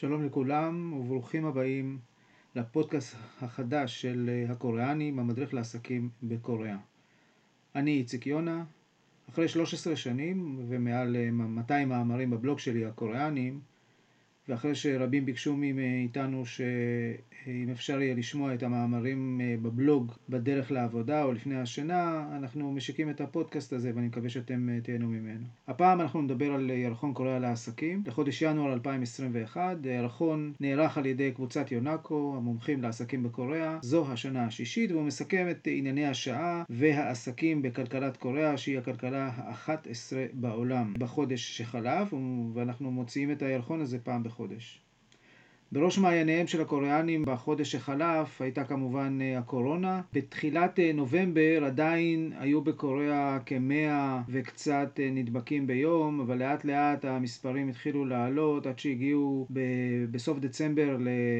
שלום לכולם וברוכים הבאים לפודקאסט החדש של הקוריאנים, המדריך לעסקים בקוריאה. אני איציק יונה, אחרי 13 שנים ומעל 200 מאמרים בבלוג שלי הקוריאנים, ואחרי שרבים ביקשו מאיתנו שאם אפשר יהיה לשמוע את המאמרים בבלוג בדרך לעבודה או לפני השינה, אנחנו משיקים את הפודקאסט הזה ואני מקווה שאתם תהנו ממנו. הפעם אנחנו נדבר על ירחון קוריאה לעסקים לחודש ינואר 2021. הירחון נערך על ידי קבוצת יונאקו, המומחים לעסקים בקוריאה. זו השנה השישית והוא מסכם את ענייני השעה והעסקים בכלכלת קוריאה, שהיא הכלכלה ה-11 בעולם בחודש שחלף, ואנחנו מוציאים את הירחון הזה פעם בחודש. בראש מעייניהם של הקוריאנים בחודש שחלף הייתה כמובן הקורונה. בתחילת נובמבר עדיין היו בקוריאה כ100 וקצת נדבקים ביום, אבל לאט לאט המספרים התחילו לעלות עד שהגיעו בסוף דצמבר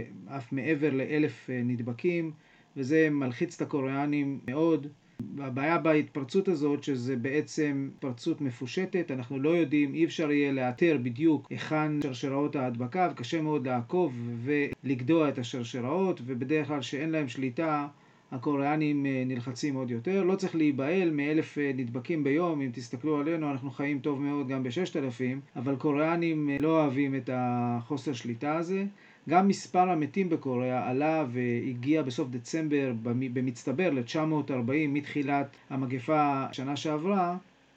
אף מעבר ל1,000 נדבקים, וזה מלחיץ את הקוריאנים מאוד. הבעיה בהתפרצות הזאת שזה בעצם התפרצות מפושטת, אנחנו לא יודעים, אי אפשר יהיה לאתר בדיוק היכן שרשראות ההדבקה, וקשה מאוד לעקוב ולגדוע את השרשראות, ובדרך כלל שאין להם שליטה הקוריאנים נלחצים עוד יותר. לא צריך להיבהל מ1,000 נדבקים ביום, אם תסתכלו עלינו אנחנו חיים טוב מאוד גם ב6,000, אבל קוריאנים לא אוהבים את החוסר שליטה הזה. גם מספר המתים בקוריאה עלה והגיע בסוף דצמבר במצטבר ל940 מתחילת המגפה שנה שעברה,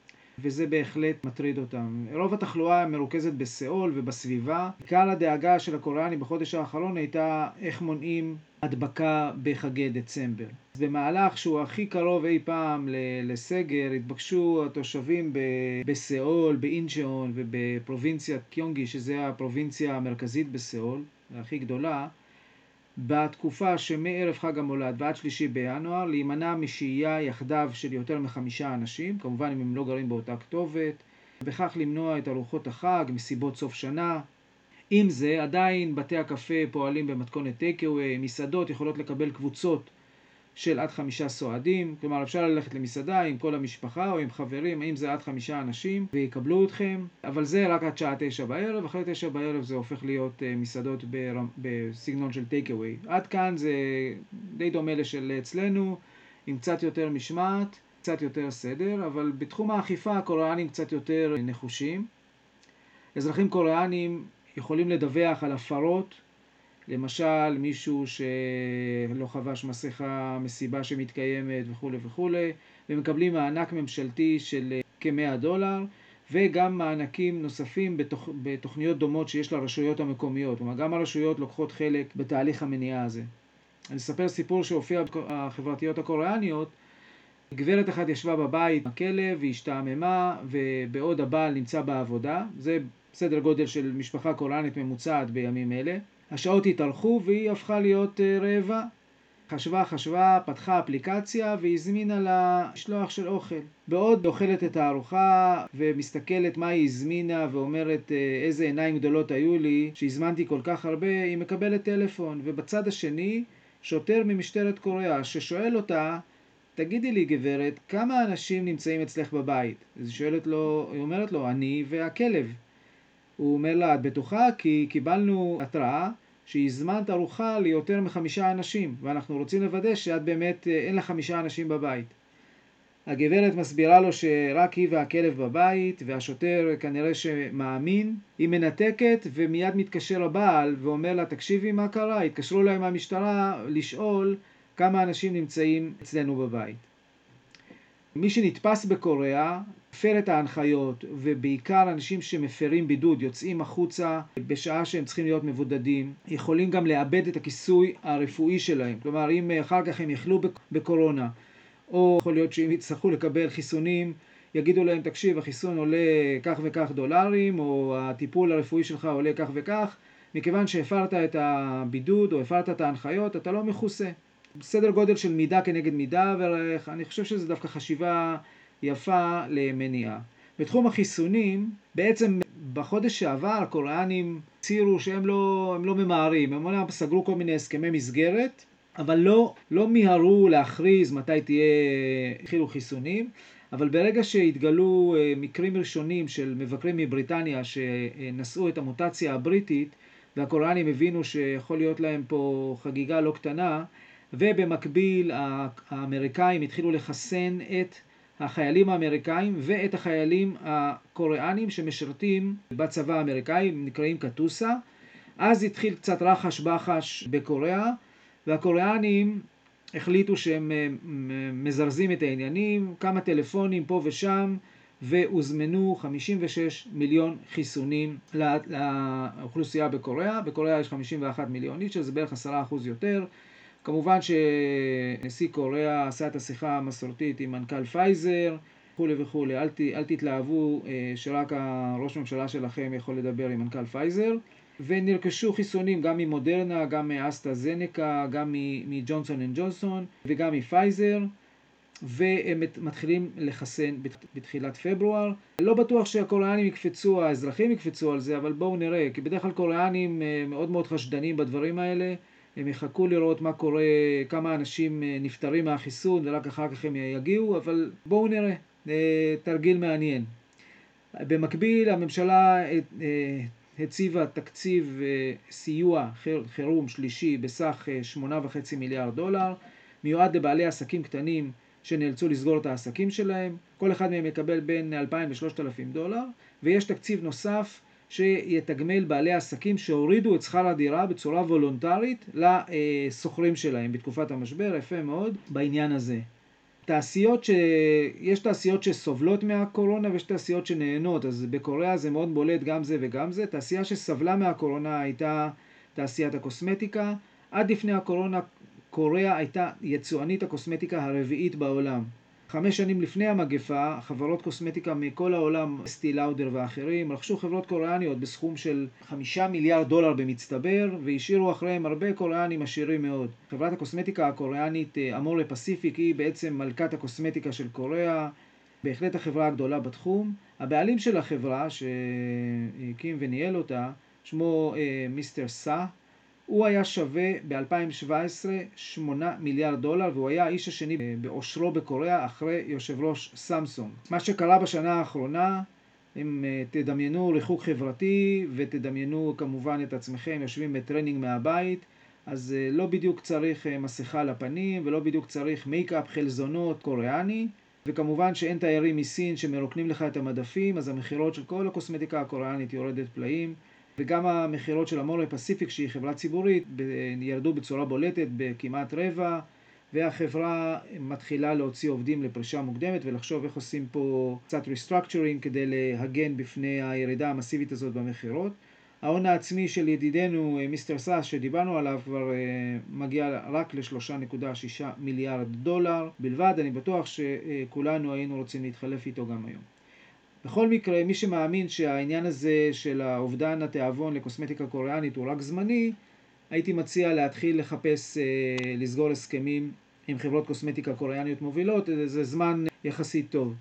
וזה בהחלט מטריד אותם. רוב התחלואה מרוכזת בסיאול ובסביבה. עיקר הדאגה של הקוריאנים בחודש האחרון הייתה איך מונעים הדבקה בחגי דצמבר. במהלך שהוא הכי קרוב אי פעם לסגר, התבקשו התושבים בסיאול, באינצ'און ובפרובינציית קיונגי, שזה הפרובינציה המרכזית בסיאול, הכי גדולה, בתקופה שמערב חג המולד ועד 3 בינואר, להימנע משהייה יחדיו של יותר מ5 אנשים, כמובן אם הם לא גרים באותה כתובת, וכך למנוע את ארוחות החג, מסיבות סוף שנה. עם זה, עדיין בתי הקפה פועלים במתכונת טייק-אווי, מסעדות יכולות לקבל קבוצות של עד 5 סועדים, כלומר אפשר ללכת למסעדה עם כל המשפחה או עם חברים, אם זה עד 5 אנשים, ויקבלו אתכם, אבל זה רק עד שעה 9 בערב, אחרי 9 בערב זה הופך להיות מסעדות בסגנון של טייק-אווי. עד כאן זה די דומה לשל אצלנו, עם קצת יותר משמעת, קצת יותר סדר, אבל בתחום האכיפה הקוריאנים קצת יותר נחושים. אזרחים קוריאנים יכולים לדווח על הפרות, למשל מישהו שלא חבש מסכה, מסיבה שמתקיימת וכו' וכו', ומקבלים מענק ממשלתי של כ$100, וגם מענקים נוספים בתוכניות דומות שיש לרשויות המקומיות. כלומר, גם הרשויות לוקחות חלק בתהליך המניעה הזה. אני אספר סיפור שהופיע בחברתיות הקוריאניות. גברת אחת ישבה בבית עם הכלב והשתעממה, ובעוד הבעל נמצא בעבודה. זה סדר גודל של משפחה קוריאנית ממוצעת בימים אלה. השעות התארכו והיא הפכה להיות רעבה. חשבה, פתחה אפליקציה והזמינה לה משלוח של אוכל. בעוד אוכלת את הארוחה ומסתכלת מה היא הזמינה ואומרת איזה עיניים גדולות היו לי שהזמנתי כל כך הרבה, היא מקבלת טלפון, ובצד השני שוטר ממשטרת קוריאה ששואל אותה, תגידי לי גברת, כמה אנשים נמצאים אצלך בבית? היא אומרת לו, אני והכלב. הוא אומר לה, את בטוחה? כי קיבלנו התראה שהזמנת ארוחה ליותר מ5 אנשים, ואנחנו רוצים לוודא שאת באמת אין לה 5 אנשים בבית. הגברת מסבירה לו שרק היא והכלב בבית, והשוטר כנראה שמאמין. היא מנתקת ומיד מתקשר הבעל ואומר לה, תקשיבי מה קרה? התקשרו להם מהמשטרה לשאול כמה אנשים נמצאים אצלנו בבית. מי שנתפס בקוריאה מפר את ההנחיות, ובעיקר אנשים שמפרים בידוד יוצאים החוצה בשעה שהם צריכים להיות מבודדים, יכולים גם לאבד את הכיסוי הרפואי שלהם. כלומר, אם אחר כך הם יחלו בקורונה, או יכול להיות שהם יצטרכו לקבל חיסונים, יגידו להם, תקשיב, החיסון עולה כך וכך דולרים, או הטיפול הרפואי שלך עולה כך וכך, מכיוון שהפרת את הבידוד או הפרת את ההנחיות, אתה לא מכוסה. בסדר גודל של מידה כנגד מידה, ואני חושב שזה דווקא חשיבה יפה למניעה. בתחום החיסונים, בעצם בחודש שעבר הקוריאנים הצהירו שהם לא ממהרים, הם סגרו כל מיני הסכמי מסגרת, אבל לא מיהרו להכריז מתי התחילו חיסונים, אבל ברגע שהתגלו מקרים ראשונים של מבקרים מבריטניה שנשאו את המוטציה הבריטית, והקוריאנים הבינו שיכול להיות להם פה חגיגה לא קטנה, ובמקביל האמריקאים התחילו לחסן את החיילים האמריקאים ואת החיילים הקוריאנים שמשרתים בצבא האמריקאי, נקראים קטוסה. אז התחיל קצת רחש בחש בקוריאה, והקוריאנים החליטו שהם מזרזים את העניינים, כמה טלפונים פה ושם, והוזמנו 56 מיליון חיסונים לאוכלוסייה בקוריאה. בקוריאה יש 51 מיליון איש, שזה בערך 10% יותר. כמובן שנשיא קוריאה עשה את השיחה המסורתית עם מנכ"ל פייזר, וכולי וכולי. אל תתלהבו שרק הראש ממשלה שלכם יכול לדבר עם מנכ"ל פייזר. ונרכשו חיסונים גם ממודרנה, גם מאסטרה-זנקה, גם מג'ונסון אנד ג'ונסון וגם מפייזר, והם מתחילים לחסן בתחילת פברואר. לא בטוח שהקוריאנים יקפצו, האזרחים יקפצו על זה, אבל בואו נראה, כי בדרך כלל קוריאנים מאוד מאוד חשדנים בדברים האלה. הם יחכו לראות מה קורה, כמה אנשים נפטרים מהחיסון, ורק אחר כך הם יגיעו, אבל בואו נראה, תרגיל מעניין. במקביל, הממשלה הציבה תקציב סיוע חירום שלישי בסך $8.5 מיליארד, מיועד לבעלי עסקים קטנים שנאלצו לסגור את העסקים שלהם. כל אחד מהם יקבל בין $2,000 ל$3,000, ויש תקציב נוסף שיתגמל בעלי עסקים שהורידו את שכר הדירה בצורה וולונטרית לסוחרים שלהם בתקופת המשבר. יפה מאוד בעניין הזה. יש תעשיות שסובלות מהקורונה ויש תעשיות שנהנות, אז בקוריאה זה מאוד בולט גם זה וגם זה. תעשייה שסבלה מהקורונה הייתה תעשיית הקוסמטיקה. עד לפני הקורונה קוריאה הייתה יצואנית הקוסמטיקה הרביעית בעולם. 5 שנים לפני המגפה, חברות קוסמטיקה מכל העולם, אסטי לאודר ואחרים, רכשו חברות קוריאניות בסכום של $5 מיליארד במצטבר, והשאירו אחריהם הרבה קוריאנים עשירים מאוד. חברת הקוסמטיקה הקוריאנית אמורה פסיפיק היא בעצם מלכת הקוסמטיקה של קוריאה, בהחלט החברה הגדולה בתחום. הבעלים של החברה שהקים וניהל אותה, שמו מיסטר סא, הוא היה שווה ב-2017 $8 מיליארד, והוא היה האיש השני באושרו בקוריאה אחרי יושב ראש סמסונג. מה שקרה בשנה האחרונה, אם תדמיינו ריחוק חברתי ותדמיינו כמובן את עצמכם יושבים בטרנינג מהבית, אז לא בדיוק צריך מסכה לפנים ולא בדיוק צריך מייקאפ חלזונות קוריאני, וכמובן שאין תיירים מסין שמרוקנים לך את המדפים, אז המחירות של כל הקוסמטיקה הקוריאנית יורדת פלאים. וגם המחירות של אמורה פסיפיק, שהיא חברה ציבורית, ירדו בצורה בולטת בכמעט רבע, והחברה מתחילה להוציא עובדים לפרישה מוקדמת ולחשוב איך עושים פה קצת restructuring כדי להגן בפני הירידה המסיבית הזאת במחירות. ההון העצמי של ידידנו מיסטר סא שדיברנו עליו כבר מגיע רק ל$3.6 מיליארד בלבד. אני בטוח שכולנו היינו רוצים להתחלף איתו גם היום. בכל מקרה, מי שמאמין שהעניין הזה של האובדן התיאבון לקוסמטיקה קוריאנית הוא רק זמני, הייתי מציע להתחיל לחפש לסגור הסכמים עם חברות קוסמטיקה קוריאניות מובילות. זה זמן יחסית טוב.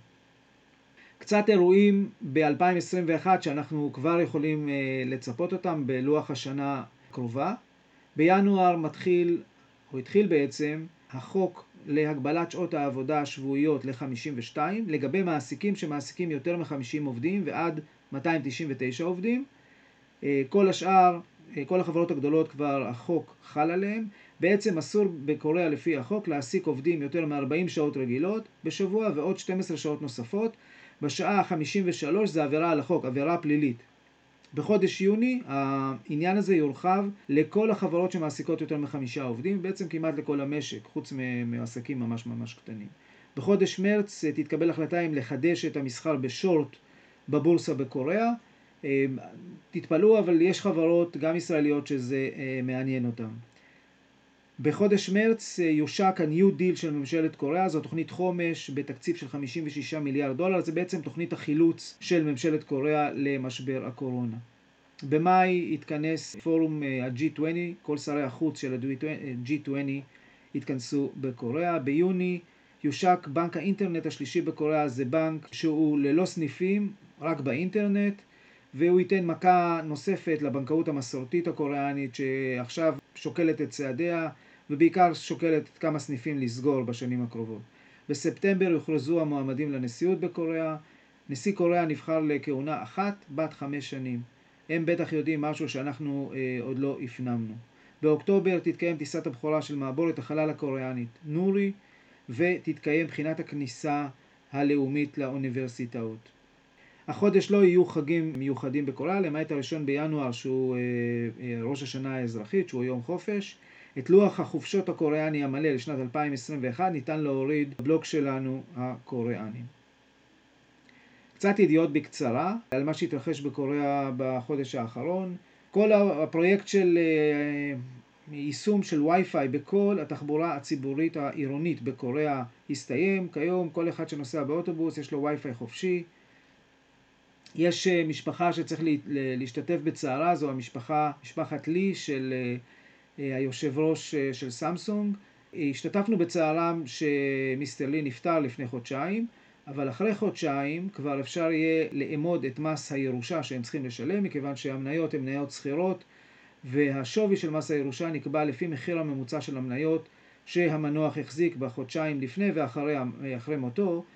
קצת אירועים ב-2021 שאנחנו כבר יכולים לצפות אותם בלוח השנה הקרובה. בינואר התחיל בעצם החוק להגבלת שעות העבודה השבועיות ל-52 לגבי מעסיקים שמעסיקים יותר מ-50 עובדים ועד 299 עובדים. כל השאר, כל החברות הגדולות כבר החוק חל עליהם. בעצם אסור בקוריאה לפי החוק להעסיק עובדים יותר מ-40 שעות רגילות בשבוע ועוד 12 שעות נוספות. בשעה 53 זה עבירה על החוק, עבירה פלילית. בחודש יוני העניין הזה יורחב לכל החברות שמעסיקות יותר מ5 עובדים, בעצם כמעט לכל המשק, חוץ מעסקים ממש ממש קטנים. בחודש מרץ תתקבל החלטה אם לחדש את המסחר בשורט בבורסה בקוריאה. תתפלאו, אבל יש חברות גם ישראליות שזה מעניין אותם. בחודש מרץ יושק ה-New Deal של ממשלת קוריאה, זו תוכנית חומש בתקציב של $56 מיליארד, זה בעצם תוכנית החילוץ של ממשלת קוריאה למשבר הקורונה. במאי התכנס פורום ה-G20, כל שרי החוץ של ה-G20 התכנסו בקוריאה. ביוני יושק בנק האינטרנט השלישי בקוריאה, זה בנק שהוא ללא סניפים, רק באינטרנט, והוא ייתן מכה נוספת לבנקאות המסורתית הקוריאנית שעכשיו שוקלת את צעדיה ובעיקר שוקלת כמה סניפים לסגור בשנים הקרובות. בספטמבר יוכרזו המועמדים לנשיאות בקוריאה. נשיא קוריאה נבחר לכהונה אחת בת 5 שנים. הם בטח יודעים משהו שאנחנו עוד לא הפנמנו. באוקטובר תתקיים טיסת הבכורה של מעבורת החלל הקוריאנית נורי, ותתקיים בחינת הכניסה הלאומית לאוניברסיטאות. החודש לא יהיו חגים מיוחדים בקוריאה, למעט הראשון בינואר שהוא ראש השנה האזרחית, שהוא יום חופש. את לוח החופשות הקוריאני המלא לשנת 2021 ניתן להוריד בבלוג שלנו הקוריאנים. קצת ידיעות בקצרה על מה שהתרחש בקוריאה בחודש האחרון. כל הפרויקט של יישום של וי-פיי בכל התחבורה הציבורית העירונית בקוריאה הסתיים. כיום כל אחד שנוסע באוטובוס יש לו וי-פיי חופשי. יש משפחה שצריך להשתתף בצערה, זו משפחת לי של היושב ראש של סמסונג. השתתפנו בצערם שמיסטר לי נפטר לפני חודשיים, אבל אחרי חודשיים כבר אפשר יהיה לאמוד את מס הירושה שהם צריכים לשלם, מכיוון שהמניות הן מניות סחירות, והשווי של מס הירושה נקבע לפי מחיר הממוצע של המניות שהמנוח החזיק בחודשיים לפני ואחרי מותו,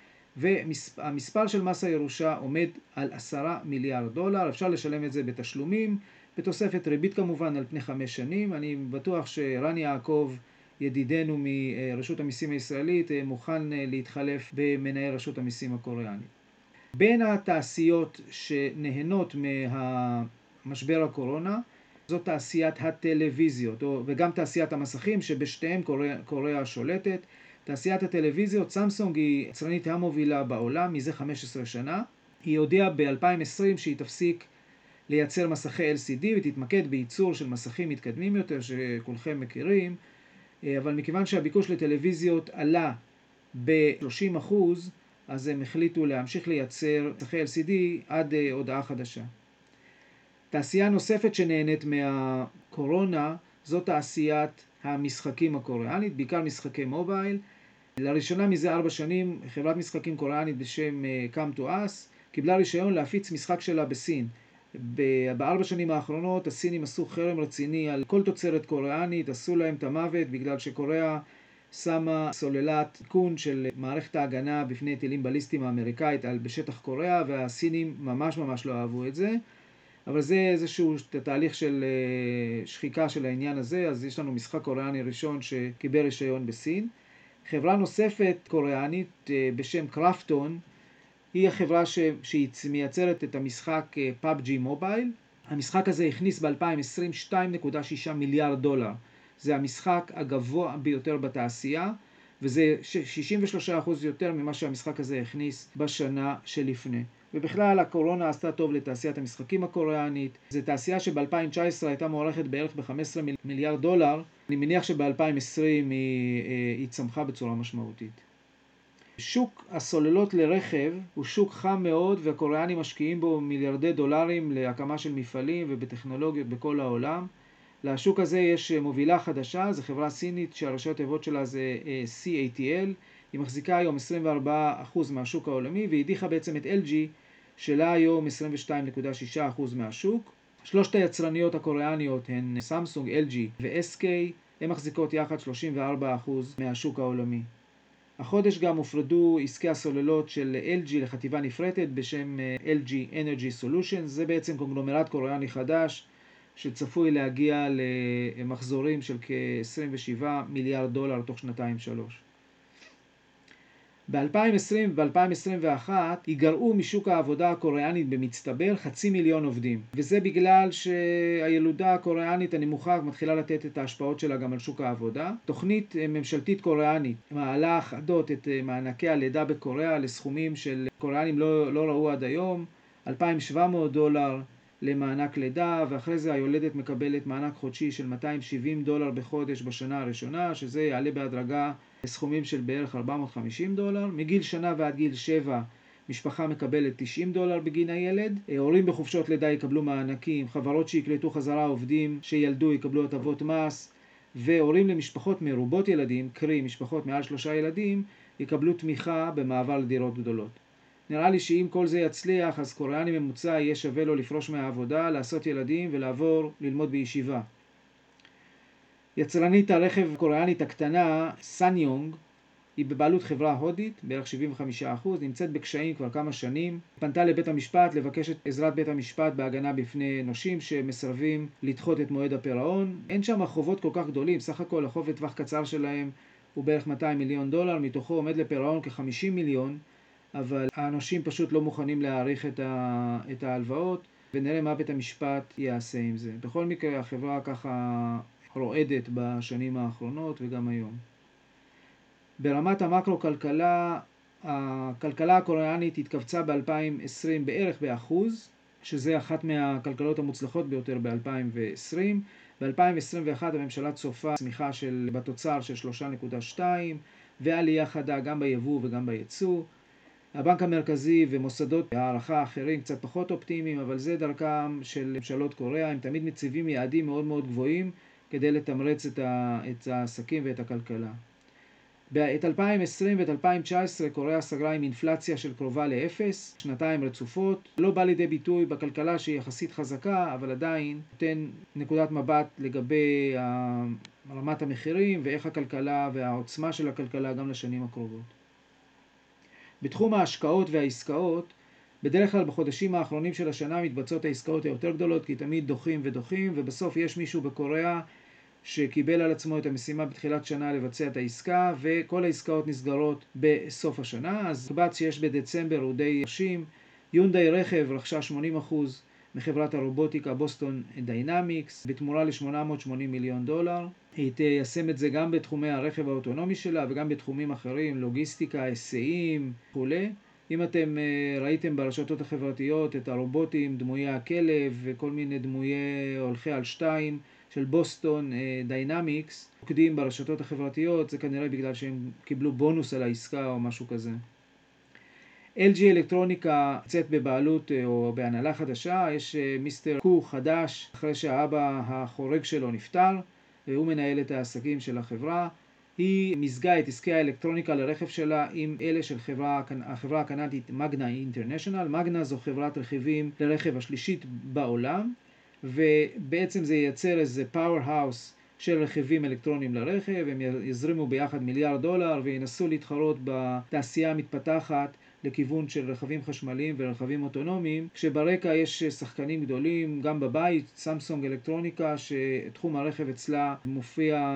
והמספר של מס הירושה עומד על $10 מיליארד. אפשר לשלם את זה בתשלומים, בתוספת ריבית כמובן על פני 5 שנים. אני בטוח שרני יעקב, ידידנו מרשות המיסים הישראלית, מוכן להתחלף במנהל רשות המיסים הקוריאנית. בין התעשיות שנהנות מהמשבר הקורונה, זו תעשיית הטלוויזיות, וגם תעשיית המסכים, שבשתיהם קוריאה שולטת. תעשיית הטלוויזיות, סמסונג היא יצרנית המובילה בעולם מזה 15 שנה. היא הודיעה ב-2020 שהיא תפסיק לייצר מסכי LCD ותתמקד בייצור של מסכים מתקדמים יותר שכולכם מכירים, אבל מכיוון שהביקוש לטלוויזיות עלה ב-30%, אז הם החליטו להמשיך לייצר מסכי LCD עד הודעה חדשה. תעשייה נוספת שנהנית מהקורונה זו תעשיית המשחקים הקוריאנית, בעיקר משחקי מובייל. לראשונה מזה 4 שנים חברת משחקים קוריאנית בשם Come to Us קיבלה רישיון להפיץ משחק שלה בסין. ב4 שנים האחרונות הסינים עשו חרם רציני על כל תוצרת קוריאנית, עשו להם את המוות בגלל שקוריאה שמה סוללת איכון של מערכת ההגנה בפני טילים בליסטיים האמריקאית בשטח קוריאה, והסינים ממש לא אהבו את זה. אבל זה איזשהו תהליך של שחיקה של העניין הזה. אז יש לנו משחק קוריאני ראשון שקיבל רישיון בסין. חברה נוספת קוריאנית בשם קרפטון, היא החברה שהיא מייצרת את המשחק PUBG מובייל. המשחק הזה הכניס ב-2020 $2.6 מיליארד. זה המשחק הגבוה ביותר בתעשייה, וזה 63% יותר ממה שהמשחק הזה הכניס בשנה שלפני. ובכלל הקורונה עשתה טוב לתעשיית המשחקים הקוריאנית. זו תעשייה שב-2019 הייתה מוערכת בערך ב$15 מיליארד. אני מניח שב-2020 היא צמחה בצורה משמעותית. שוק הסוללות לרכב הוא שוק חם מאוד, והקוריאנים משקיעים בו מיליארדי דולרים להקמה של מפעלים ובטכנולוגיות בכל העולם. לשוק הזה יש מובילה חדשה, זו חברה סינית שהראשי התיבות שלה זה CATL. היא מחזיקה היום 24% מהשוק העולמי, והדיחה בעצם את LG שלה היום 22.6% מהשוק. שלושת היצרניות הקוריאניות הן סמסונג, LG ו-SK, הן מחזיקות יחד 34% מהשוק העולמי. החודש גם הופרדו עסקי הסוללות של LG לחטיבה נפרדת בשם LG Energy Solutions. זה בעצם קונגלומרט קוריאני חדש שצפוי להגיע למחזורים של כ$27 מיליארד תוך 2-3 שנים. ב-2020 וב-2021 ייגרעו משוק העבודה הקוריאנית במצטבר 500,000 עובדים, וזה בגלל שהילודה הקוריאנית הנמוכה מתחילה לתת את ההשפעות שלה גם על שוק העבודה. תוכנית ממשלתית קוריאנית מעלה חדות את מענקי הלידה בקוריאה לסכומים של קוריאנים לא ראו עד היום, $2,700 למענק לידה, ואחרי זה היולדת מקבלת מענק חודשי של $270 בחודש בשנה הראשונה, שזה יעלה בהדרגה לסכומים של בערך $450. מגיל שנה ועד גיל 7 משפחה מקבלת $90 בגין הילד. הורים בחופשות לידה יקבלו מענקים, חברות שיקלטו חזרה עובדים שילדו יקבלו הטבות מס, והורים למשפחות מרובות ילדים, קרי משפחות מעל 3 ילדים, יקבלו תמיכה במעבר לדירות גדולות. נראה לי שאם כל זה יצליח, אז קוריאני ממוצע יהיה שווה לו לפרוש מהעבודה, לעשות ילדים ולעבור ללמוד בישיבה. יצרנית הרכב הקוריאנית הקטנה, סניונג, היא בבעלות חברה הודית, בערך 75%, נמצאת בקשיים כבר כמה שנים. פנתה לבית המשפט לבקש את עזרת בית המשפט בהגנה בפני נושים שמסרבים לדחות את מועד הפירעון. אין שם חובות כל כך גדולים, סך הכל החוב לטווח קצר שלהם הוא בערך $200 מיליון, מתוכו עומד לפירעון כ-50 מיליון, אבל האנושים פשוט לא מוכנים להאריך את ההלוואות, ונראה מה בית המשפט יעשה עם זה. בכל מקרה, החברה ככה רועדת בשנים האחרונות וגם היום. ברמת המקרו-כלכלה, הכלכלה הקוריאנית התכווצה ב-2020 בערך באחוז, שזה אחת מהכלכלות המוצלחות ביותר ב-2020. ב-2021 הממשלה צופה צמיחה בתוצר של 3.2 ועלייה חדה גם ביבוא וגם בייצוא. הבנק המרכזי ומוסדות הערכה אחרים קצת פחות אופטימיים, אבל זה דרכם של ממשלות קוריאה, הם תמיד מציבים יעדים מאוד מאוד גבוהים כדי לתמרץ את העסקים ואת הכלכלה. את 2020 ואת 2019 קוריאה סגרה עם אינפלציה של קרובה לאפס, שנתיים רצופות. לא בא לידי ביטוי בכלכלה שהיא יחסית חזקה, אבל עדיין נותן נקודת מבט לגבי רמת המחירים ואיך הכלכלה והעוצמה של הכלכלה גם לשנים הקרובות. בתחום ההשקעות והעסקאות, בדרך כלל בחודשים האחרונים של השנה מתבצעות העסקאות היותר גדולות, כי תמיד דוחים ודוחים, ובסוף יש מישהו בקוריאה שקיבל על עצמו את המשימה בתחילת שנה לבצע את העסקה, וכל העסקאות נסגרות בסוף השנה. אז מקבץ שיש בדצמבר הוא די ירשים. יונדאי רכב רכשה 80% מחברת הרובוטיקה בוסטון דיינמיקס בתמורה ל$880 מיליון. היא תיישם את זה גם בתחומי הרכב האוטונומי שלה וגם בתחומים אחרים, לוגיסטיקה, היסעים וכו'. אם אתם ראיתם ברשתות החברתיות את הרובוטים, דמויי הכלב וכל מיני דמויי הולכי על שתיים של בוסטון דיינמיקס, עוקדים ברשתות החברתיות, זה כנראה בגלל שהם קיבלו בונוס על העסקה או משהו כזה. LG אלקטרוניקה יוצאת בבעלות או בהנהלה חדשה, יש מיסטר קו חדש אחרי שהאבא החורג שלו נפטר, והוא מנהל את העסקים של החברה. היא מזגה את עסקי האלקטרוניקה לרכב שלה עם אלה של החברה הקנדית מגנה אינטרנשיונל. מגנה זו חברת רכיבים לרכב השלישית בעולם, ובעצם זה ייצר איזה פאוור האוס של רכיבים אלקטרוניים לרכב. הם יזרימו ביחד $1 מיליארד וינסו להתחרות בתעשייה המתפתחת לכיוון של רכבים חשמליים ורכבים אוטונומיים, כשברקע יש שחקנים גדולים גם בבית. סמסונג אלקטרוניקה שתחום הרכב אצלה מופיע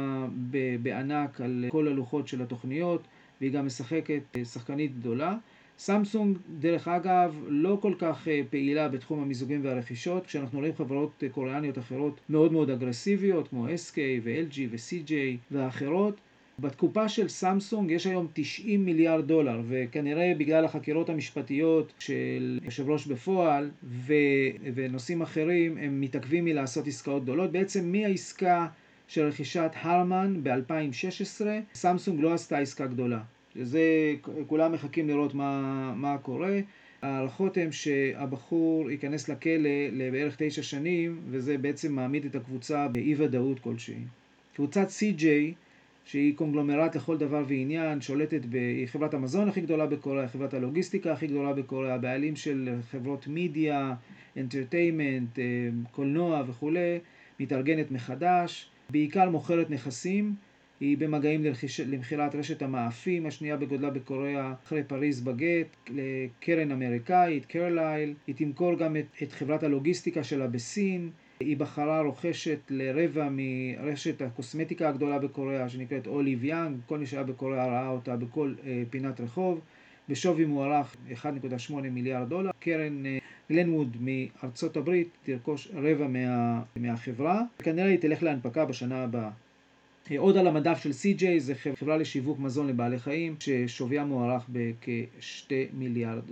בענק על כל הלוחות של התוכניות, והיא גם משחקת שחקנית גדולה. סמסונג דרך אגב לא כל כך פעילה בתחום המיזוגים והרכישות, כשאנחנו רואים חברות קוריאניות אחרות מאוד מאוד אגרסיביות כמו SK ו-LG ו-CJ ואחרות. בתקופה של סמסונג יש היום $90 מיליארד, וכנראה בגלל החקירות המשפטיות של יושב ראש בפועל ונושאים אחרים הם מתעכבים מלעשות עסקאות גדולות. בעצם מהעסקה של רכישת הרמן ב-2016 סמסונג לא עשתה עסקה גדולה. זה כולם מחכים לראות מה קורה. הערכות הם שהבחור ייכנס לכלא לבערך 9 שנים, וזה בעצם מעמיד את הקבוצה באי ודאות כלשהי. קבוצת CJ שהיא קונגלומרט לכל דבר ועניין, שולטת בחברת המזון הכי גדולה בקוריאה, חברת הלוגיסטיקה הכי גדולה בקוריאה, בעלים של חברות מידיה, אנטרטיימנט, קולנוע וכו', מתארגנת מחדש, בעיקר מוכרת נכסים. היא במגעים למכירת רשת המאפים השנייה בגודלה בקוריאה אחרי פריז בגט לקרן אמריקאית, קרלייל. היא תמכור גם את חברת הלוגיסטיקה שלה בסין. היא בחרה רוכשת לרבע מרשת הקוסמטיקה הגדולה בקוריאה שנקראת אוליב יאנג. כל מי שהיה בקוריאה ראה אותה בכל פינת רחוב. בשווי מוערך $1.8 מיליארד. קרן גלנווד מארצות הברית תרכוש רבע מהחברה. כנראה היא תלך להנפקה בשנה הבאה. עוד על המדף של CJ זה חברה לשיווק מזון לבעלי חיים ששוויה מוערך בכ$2 מיליארד.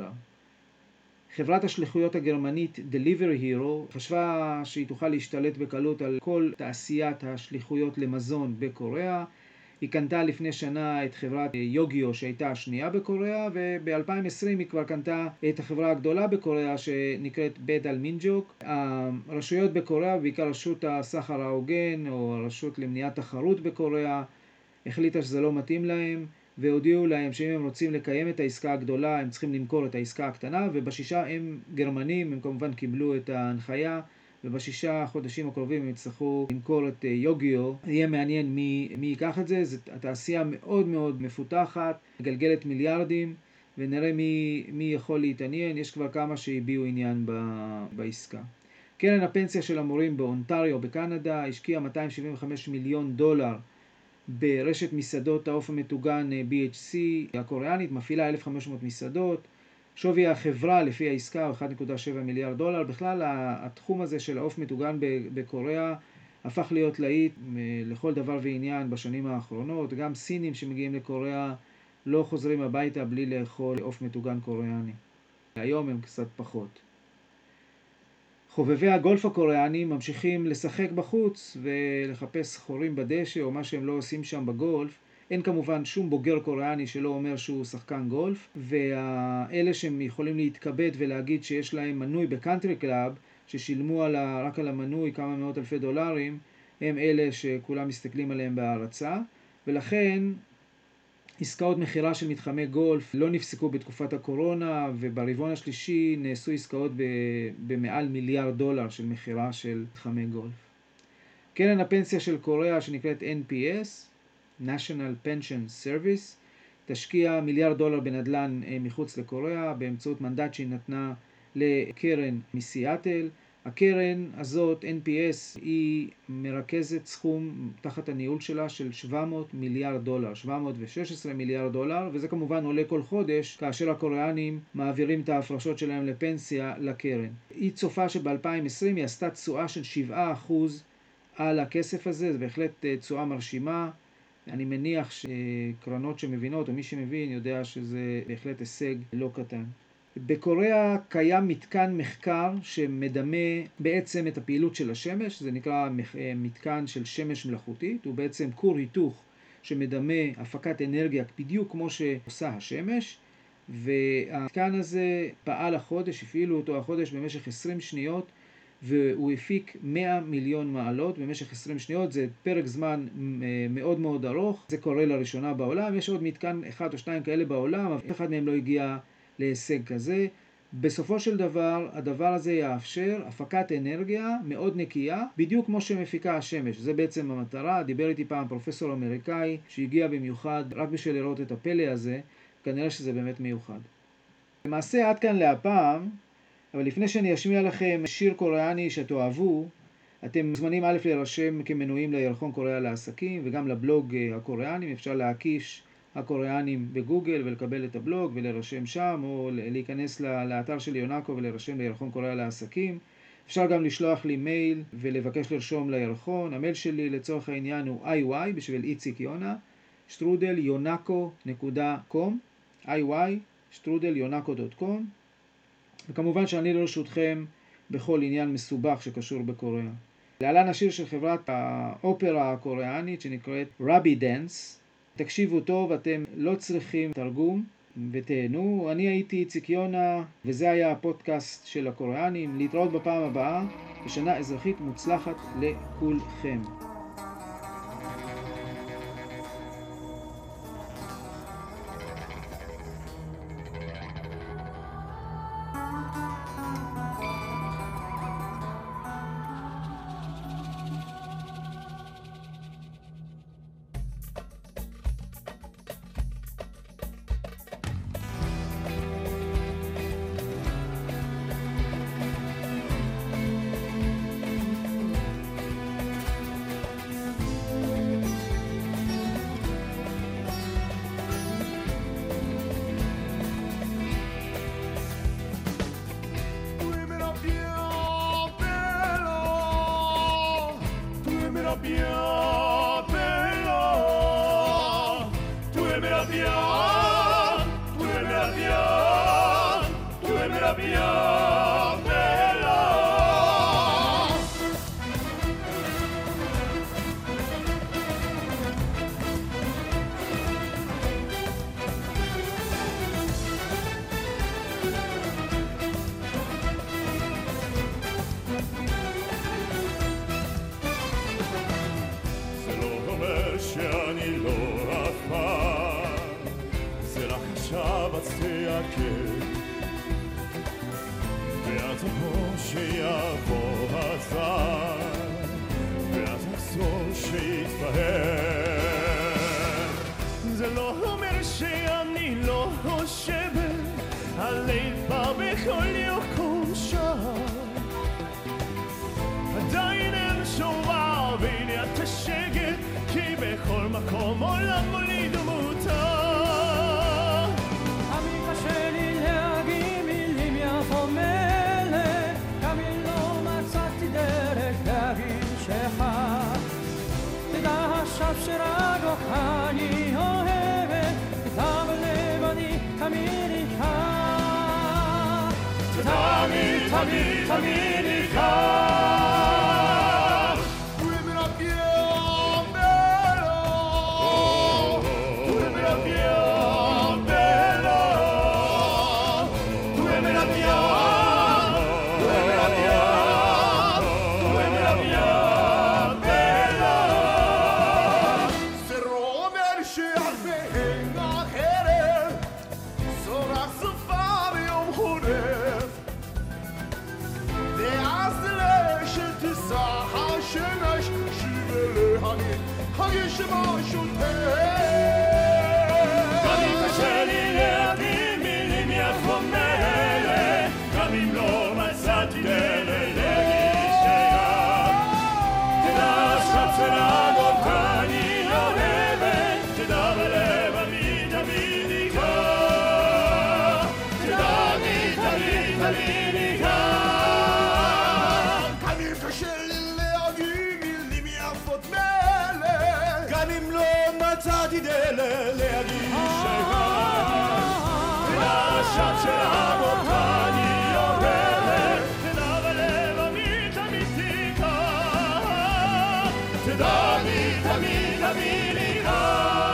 חברת השליחויות הגרמנית Delivery Hero חשבה שהיא תוכל להשתלט בקלות על כל תעשיית השליחויות למזון בקוריאה. היא קנתה לפני שנה את חברת יוגיו שהייתה השנייה בקוריאה, וב-2020 היא כבר קנתה את החברה הגדולה בקוריאה שנקראת בדל מינג'וק. הרשויות בקוריאה, בעיקר רשות הסחר ההוגן או הרשות למניעת תחרות בקוריאה, החליטה שזה לא מתאים להם, והודיעו להם שאם הם רוצים לקיים את העסקה הגדולה הם צריכים למכור את העסקה הקטנה. ובשישה הם גרמנים, הם כמובן קיבלו את ההנחיה ובשישה חודשים הקרובים הם יצטרכו למכור את יוגיו. יהיה מעניין מי ייקח את זה. זו התעשייה מאוד מאוד מפותחת, מגלגלת מיליארדים, ונראה מי יכול להתעניין. יש כבר כמה שהביעו עניין בעסקה. קרן הפנסיה של המורים באונטריו בקנדה השקיעה $275 מיליון ברשת מסעדות העוף המטוגן BHC הקוריאנית, מפעילה 1,500 מסעדות. שווי החברה לפי העסקה הוא $1.7 מיליארד. בכלל התחום הזה של העוף מטוגן בקוריאה הפך להיות להיט לכל דבר ועניין בשנים האחרונות. גם סינים שמגיעים לקוריאה לא חוזרים הביתה בלי לאכול עוף מטוגן קוריאני. היום הם קצת פחות. חובבי הגולף הקוריאני ממשיכים לשחק בחוץ ולחפש חורים בדשא או מה שהם לא עושים שם בגולף. אין כמובן שום בוגר קוריאני שלא אומר שהוא שחקן גולף, ואלה שהם יכולים להתכבד ולהגיד שיש להם מנוי בקאנטרי קלאב, ששילמו רק על המנוי כמה מאות אלפי דולרים, הם אלה שכולם מסתכלים עליהם בהערצה, ולכן עסקאות מחירה של מתחמי גולף לא נפסקו בתקופת הקורונה, וברבעון השלישי נעשו עסקאות במעל $1 מיליארד של מחירה של מתחמי גולף. קרן הפנסיה של קוריאה שנקראת NPS, National Pension Service, תשקיע $1 מיליארד בנדלן מחוץ לקוריאה באמצעות מנדט שהיא נתנה לקרן מסיאטל. הקרן הזאת, NPS, היא מרכזת סכום תחת הניהול שלה של $700 מיליארד, $716 מיליארד, וזה כמובן עולה כל חודש כאשר הקוריאנים מעבירים את ההפרשות שלהם לפנסיה לקרן. היא צופה שב-2020 היא עשתה תשואה של 7% על הכסף הזה, זה בהחלט תשואה מרשימה. אני מניח שקרנות שמבינות או מי שמבין יודע שזה בהחלט הישג לא קטן. בקוריאה קיים מתקן מחקר שמדמה בעצם את הפעילות של השמש, זה נקרא מתקן של שמש מלאכותית, הוא בעצם כור היתוך שמדמה הפקת אנרגיה בדיוק כמו שעושה השמש, והמתקן הזה פעל החודש, הפעילו אותו החודש במשך 20 שניות, והוא הפיק 100 מיליון מעלות במשך 20 שניות, זה פרק זמן מאוד מאוד ארוך, זה קורה לראשונה בעולם, יש עוד מתקן אחד או שניים כאלה בעולם, אבל אחד מהם לא הגיע להישג כזה. בסופו של דבר, הדבר הזה יאפשר הפקת אנרגיה מאוד נקייה, בדיוק כמו שמפיקה השמש. זה בעצם המטרה. דיבר איתי פעם פרופסור אמריקאי שהגיע במיוחד רק בשביל לראות את הפלא הזה, כנראה שזה באמת מיוחד. למעשה עד כאן להפעם, אבל לפני שאני אשמיע לכם שיר קוריאני שתאהבו, אתם מוזמנים א' להירשם כמנויים לירחון קוריאה לעסקים וגם לבלוג הקוריאנים. אפשר להקיש הקוריאנים בגוגל ולקבל את הבלוג ולהירשם שם, או להיכנס לאתר של יונקו ולהירשם לירחון קוריאה לעסקים. אפשר גם לשלוח לי מייל ולבקש לרשום לירחון. המייל שלי לצורך העניין הוא iy בשביל איציק יונה @yonako.com iy@yonako.com, וכמובן שאני לרשותכם בכל עניין מסובך שקשור בקוריאה. להלן השיר של חברת האופרה הקוריאנית שנקראת רבי דנס. תקשיבו טוב, אתם לא צריכים תרגום ותהנו. אני הייתי איציק יונה וזה היה הפודקאסט של הקוריאנים. להתראות בפעם הבאה, ושנה אזרחית מוצלחת לכולכם. שאני לא אף פעם, זה רק עכשיו אצטעקר, ואז כמו שיבוא הזמן שיתפאר. זה לא אומר שאני לא חושבת, הלב בא בכל יקום שעה. עדיין אין שובה בעניין השקט, כי בכל מקום עולם מולי דמותה. תמיד קשה לי להגיד מילים יפות מלך, גם אם לא מצאתי דרך להגיד שחר. תדע עכשיו שרק אותך אני אוהבת, איתה בלב אני תמיד איתך. תמיד, תמיד, תמיד איתך. גם אם קשה לי להגיד מילים יפות מלך, גם אם לא מצאתי דרך להגיד שחר. תדע עכשיו שרק אותך אני אוהבת, תדע בלב אני תמיד איתך. תדע אני תמיד תמיד איתך. גם אם קשה לי להגיד מילים יפות מלך, גם אם לא מצאתי דרך להגיד שחר. תדע עכשיו שרק אותך אני אוהבת, תדע בלב אני תמיד איתך. תדע אני תמיד תמיד איתך.